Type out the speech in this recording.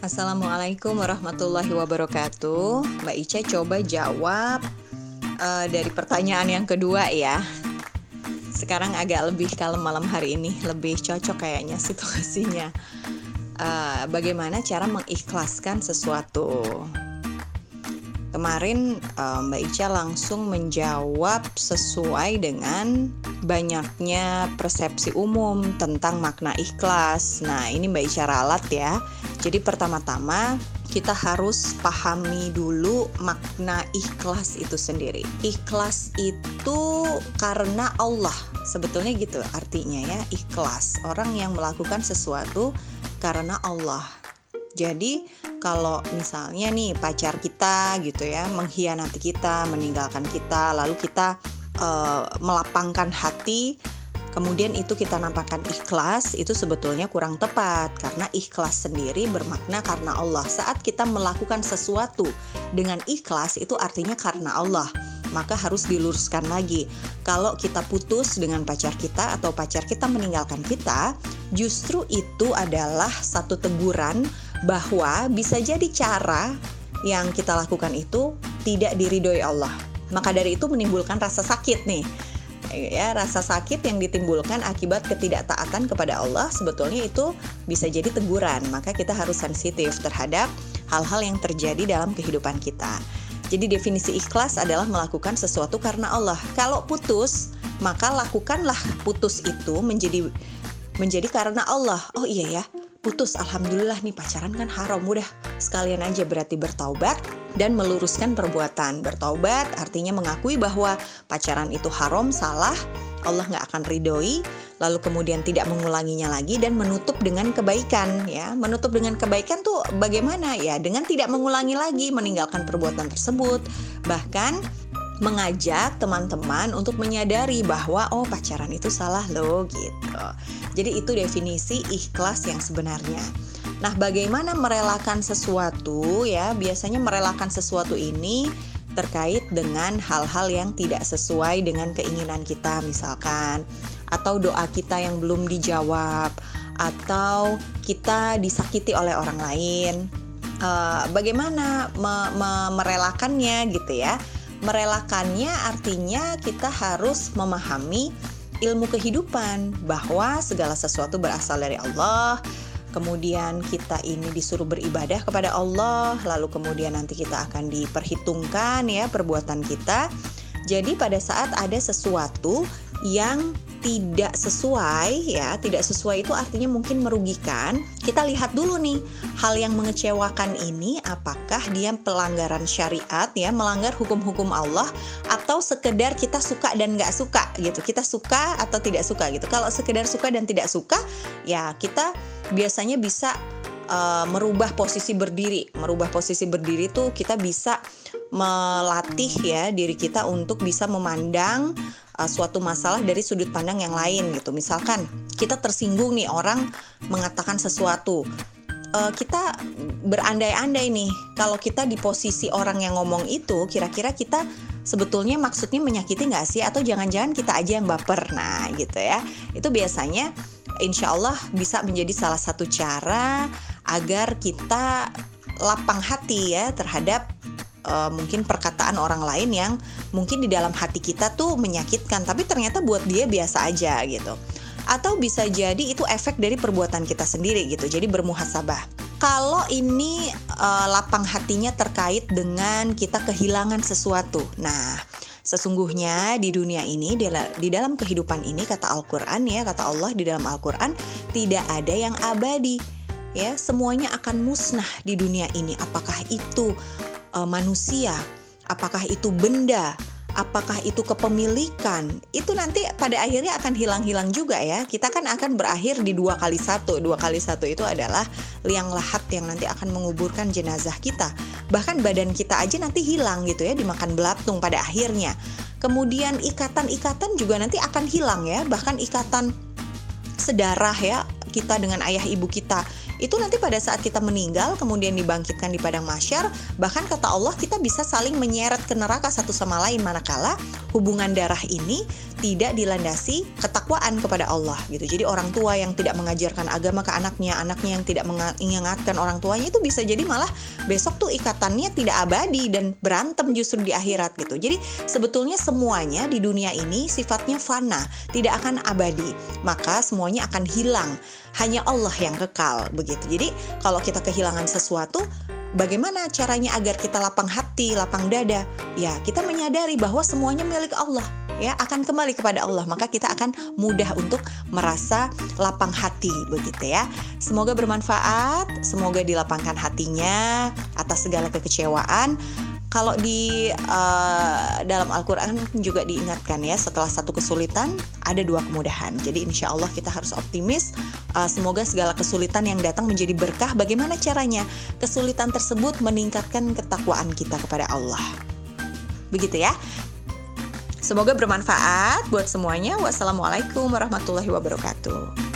Assalamualaikum warahmatullahi wabarakatuh. Mbak Ica coba jawab dari pertanyaan yang kedua ya. Sekarang agak lebih kalem malam hari ini, lebih cocok kayaknya situasinya. Bagaimana cara mengikhlaskan sesuatu? Kemarin Mbak Ica langsung menjawab sesuai dengan banyaknya persepsi umum tentang makna ikhlas. Nah, ini Mbak Ica ralat ya. Jadi pertama-tama kita harus pahami dulu makna ikhlas itu sendiri. Ikhlas itu karena Allah. Sebetulnya gitu artinya ya, ikhlas. Orang yang melakukan sesuatu karena Allah. Jadi kalau misalnya nih pacar kita gitu ya mengkhianati kita, meninggalkan kita, lalu kita melapangkan hati, kemudian itu kita nampakkan ikhlas, itu sebetulnya kurang tepat karena ikhlas sendiri bermakna karena Allah. Saat kita melakukan sesuatu dengan ikhlas itu artinya karena Allah. Maka harus diluruskan lagi. Kalau kita putus dengan pacar kita atau pacar kita meninggalkan kita, justru itu adalah satu teguran bahwa bisa jadi cara yang kita lakukan itu tidak diridhoi Allah. Maka dari itu menimbulkan rasa sakit nih. Ya, rasa sakit yang ditimbulkan akibat ketidaktaatan kepada Allah sebetulnya itu bisa jadi teguran. Maka kita harus sensitif terhadap hal-hal yang terjadi dalam kehidupan kita. Jadi definisi ikhlas adalah melakukan sesuatu karena Allah. Kalau putus, maka lakukanlah putus itu menjadi karena Allah. Oh iya ya, putus, alhamdulillah nih, pacaran kan haram, udah sekalian aja berarti bertaubat dan meluruskan perbuatan. Bertaubat artinya mengakui bahwa pacaran itu haram, salah, Allah gak akan ridhoi, lalu kemudian tidak mengulanginya lagi dan menutup dengan kebaikan ya. Menutup dengan kebaikan tuh bagaimana ya? Dengan tidak mengulangi lagi, meninggalkan perbuatan tersebut, bahkan mengajak teman-teman untuk menyadari bahwa oh pacaran itu salah loh gitu. Jadi itu definisi ikhlas yang sebenarnya. Nah, bagaimana merelakan sesuatu ya? Biasanya merelakan sesuatu ini terkait dengan hal-hal yang tidak sesuai dengan keinginan kita misalkan, atau doa kita yang belum dijawab, atau kita disakiti oleh orang lain. Bagaimana merelakannya gitu ya? Merelakannya artinya kita harus memahami ilmu kehidupan bahwa segala sesuatu berasal dari Allah. Kemudian kita ini disuruh beribadah kepada Allah, lalu kemudian nanti kita akan diperhitungkan ya perbuatan kita. Jadi pada saat ada sesuatu yang tidak sesuai ya, tidak sesuai itu artinya mungkin merugikan. Kita lihat dulu nih, hal yang mengecewakan ini apakah dia pelanggaran syariat ya, melanggar hukum-hukum Allah, atau sekedar kita suka dan gak suka gitu. Kita suka atau tidak suka gitu. Kalau sekedar suka dan tidak suka ya kita biasanya bisa merubah posisi berdiri. Merubah posisi berdiri tuh kita bisa melatih ya diri kita untuk bisa memandang suatu masalah dari sudut pandang yang lain gitu. Misalkan kita tersinggung nih, orang mengatakan sesuatu, kita berandai-andai nih kalau kita di posisi orang yang ngomong itu, kira-kira kita sebetulnya maksudnya menyakiti gak sih, atau jangan-jangan kita aja yang baper. Nah gitu ya, itu biasanya insya Allah bisa menjadi salah satu cara agar kita lapang hati ya terhadap mungkin perkataan orang lain yang mungkin di dalam hati kita tuh menyakitkan, tapi ternyata buat dia biasa aja gitu. Atau bisa jadi itu efek dari perbuatan kita sendiri gitu, jadi bermuhasabah. Kalau ini lapang hatinya terkait dengan kita kehilangan sesuatu. Nah, sesungguhnya di dunia ini, di dalam kehidupan ini, kata Al-Quran ya, kata Allah di dalam Al-Quran, tidak ada yang abadi ya, semuanya akan musnah di dunia ini. Apakah itu manusia, apakah itu benda, apakah itu kepemilikan, itu nanti pada akhirnya akan hilang-hilang juga ya. Kita kan akan berakhir di 2 kali 1. 2 kali 1 itu adalah liang lahat yang nanti akan menguburkan jenazah kita. Bahkan badan kita aja nanti hilang gitu ya, dimakan belatung pada akhirnya. Kemudian ikatan-ikatan juga nanti akan hilang ya, bahkan ikatan sedarah ya kita dengan ayah ibu kita. Itu nanti pada saat kita meninggal kemudian dibangkitkan di padang mahsyar, bahkan kata Allah kita bisa saling menyeret ke neraka satu sama lain manakala hubungan darah ini tidak dilandasi ketakwaan kepada Allah gitu. Jadi orang tua yang tidak mengajarkan agama ke anaknya yang tidak mengingatkan orang tuanya, itu bisa jadi malah besok tuh ikatannya tidak abadi dan berantem justru di akhirat gitu. Jadi sebetulnya semuanya di dunia ini sifatnya fana, tidak akan abadi. Maka semuanya akan hilang. Hanya Allah yang kekal begitu. Jadi kalau kita kehilangan sesuatu, bagaimana caranya agar kita lapang hati, lapang dada? Ya, kita menyadari bahwa semuanya milik Allah, ya, akan kembali kepada Allah. Maka kita akan mudah untuk merasa lapang hati begitu ya. Semoga bermanfaat, semoga dilapangkan hatinya atas segala kekecewaan. Kalau di dalam Al-Quran juga diingatkan ya, setelah satu kesulitan ada dua kemudahan. Jadi insya Allah kita harus optimis. Semoga segala kesulitan yang datang menjadi berkah. Bagaimana caranya? Kesulitan tersebut meningkatkan ketakwaan kita kepada Allah. Begitu ya. Semoga bermanfaat buat semuanya. Wassalamualaikum warahmatullahi wabarakatuh.